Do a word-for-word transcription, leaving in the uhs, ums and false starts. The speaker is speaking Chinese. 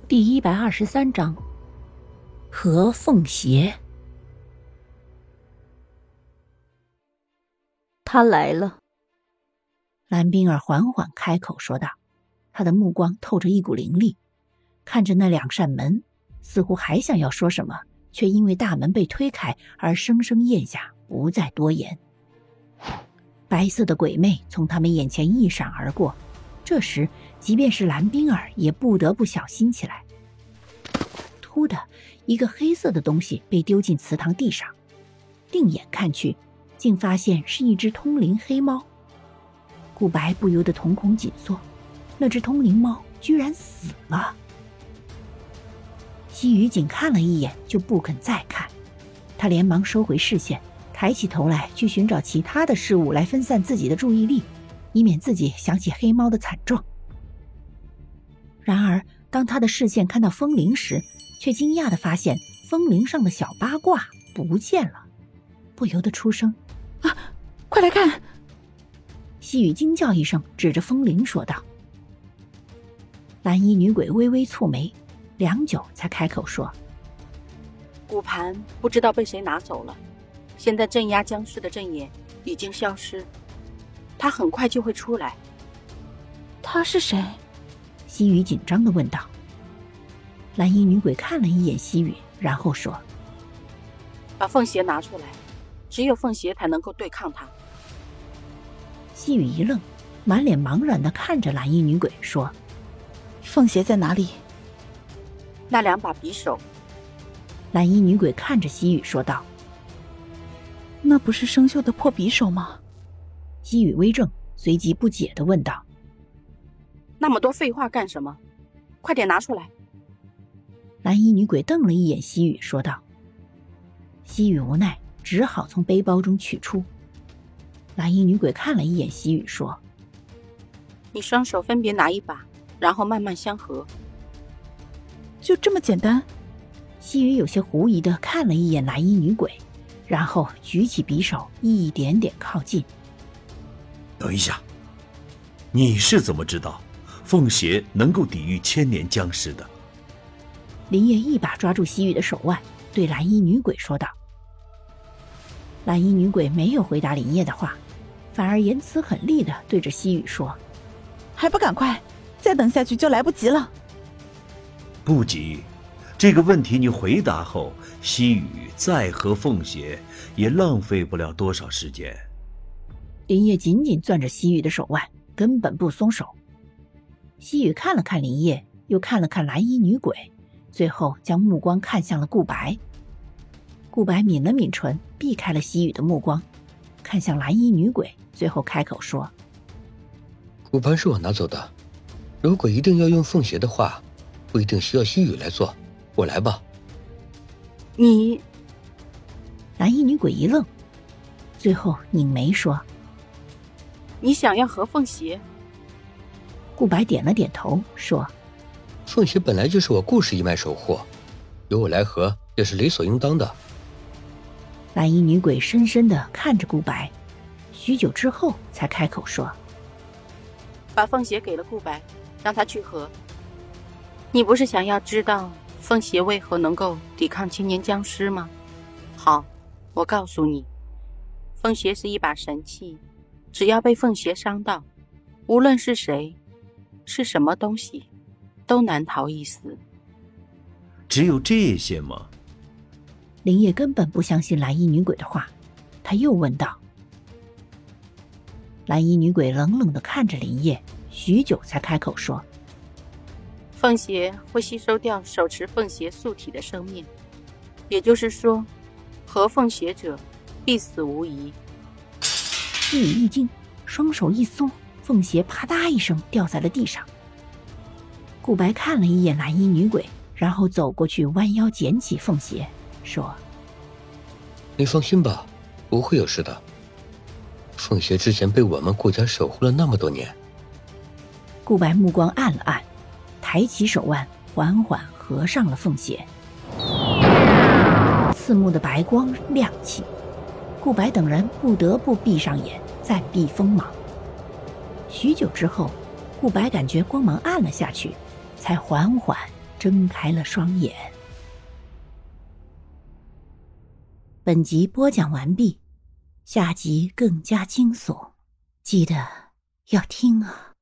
第一百二十三章和凤邪。 他来了。 蓝冰儿缓缓开口说道，她的目光透着一股凌厉，看着那两扇门，似乎还想要说什么，却因为大门被推开而生生咽下，不再多言。白色的鬼魅从他们眼前一闪而过，这时即便是蓝冰儿也不得不小心起来。突的一个黑色的东西被丢进祠堂地上，定眼看去，竟发现是一只通灵黑猫。顾白不由得瞳孔紧缩，那只通灵猫居然死了。西雨仅看了一眼就不肯再看，他连忙收回视线，抬起头来去寻找其他的事物来分散自己的注意力，以免自己想起黑猫的惨状。然而当他的视线看到风铃时，却惊讶地发现风铃上的小八卦不见了，不由得出声： 啊，快来看！ 西雨惊叫一声，指着风铃说道。蓝衣女鬼微微蹙眉，良久才开口说： 骨盘不知道被谁拿走了，现在镇压僵尸的阵眼已经消失，他很快就会出来。 他是谁？ 西雨紧张地问道。蓝衣女鬼看了一眼西雨，然后说： 把凤邪拿出来，只有凤邪才能够对抗他。 西雨一愣，满脸茫然地看着蓝衣女鬼说： 凤邪在哪里？ 那两把匕首。 蓝衣女鬼看着西雨说道： 那不是生锈的破匕首吗？ 西雨微怔，随即不解地问道： 那么多废话干什么？快点拿出来！ 蓝衣女鬼瞪了一眼西雨说道。西雨无奈，只好从背包中取出。蓝衣女鬼看了一眼西雨说： 你双手分别拿一把，然后慢慢相合。 就这么简单？ 西雨有些狐疑地看了一眼蓝衣女鬼，然后举起匕首一点点靠近。 等一下，你是怎么知道凤邪能够抵御千年僵尸的？ 林叶一把抓住西雨的手腕，对蓝衣女鬼说道。蓝衣女鬼没有回答林叶的话，反而言辞很厉地对着西雨说： 还不赶快，再等下去就来不及了。 不急，这个问题你回答后，西雨再和凤邪也浪费不了多少时间。 林叶紧紧攥着西雨的手腕，根本不松手。西雨看了看林叶，又看了看蓝衣女鬼，最后将目光看向了顾白。顾白抿了抿唇，避开了西雨的目光，看向蓝衣女鬼，最后开口说： 骨盘是我拿走的，如果一定要用凤邪的话，不一定需要西雨来做，我来吧。 你…… 蓝衣女鬼一愣，最后拧眉说： 你想要和凤邪？ 顾白点了点头说： 凤邪本来就是我顾氏一脉守护，由我来和也是理所应当的。 蓝衣女鬼深深地看着顾白，许久之后才开口说： 把凤邪给了顾白，让他去和。你不是想要知道凤邪为何能够抵抗千年僵尸吗？好，我告诉你，凤邪是一把神器，只要被凤邪伤到，无论是谁，是什么东西，都难逃一死。 只有这些吗？ 林叶根本不相信蓝衣女鬼的话，他又问道。蓝衣女鬼冷冷地看着林叶，许久才开口说： 凤邪会吸收掉手持凤邪素体的生命，也就是说，合凤邪者必死无疑。 西雨一惊，双手一松，凤邪啪嗒一声掉在了地上。顾白看了一眼蓝衣女鬼，然后走过去弯腰捡起凤邪，说： 你放心吧，不会有事的。凤邪之前被我们顾家守护了那么多年。 顾白目光暗了暗，抬起手腕缓缓合上了凤邪。刺目的白光亮起，顾白等人不得不闭上眼暂避锋芒。许久之后，顾白感觉光芒暗了下去，才缓缓睁开了双眼。本集播讲完毕，下集更加惊悚，记得要听啊。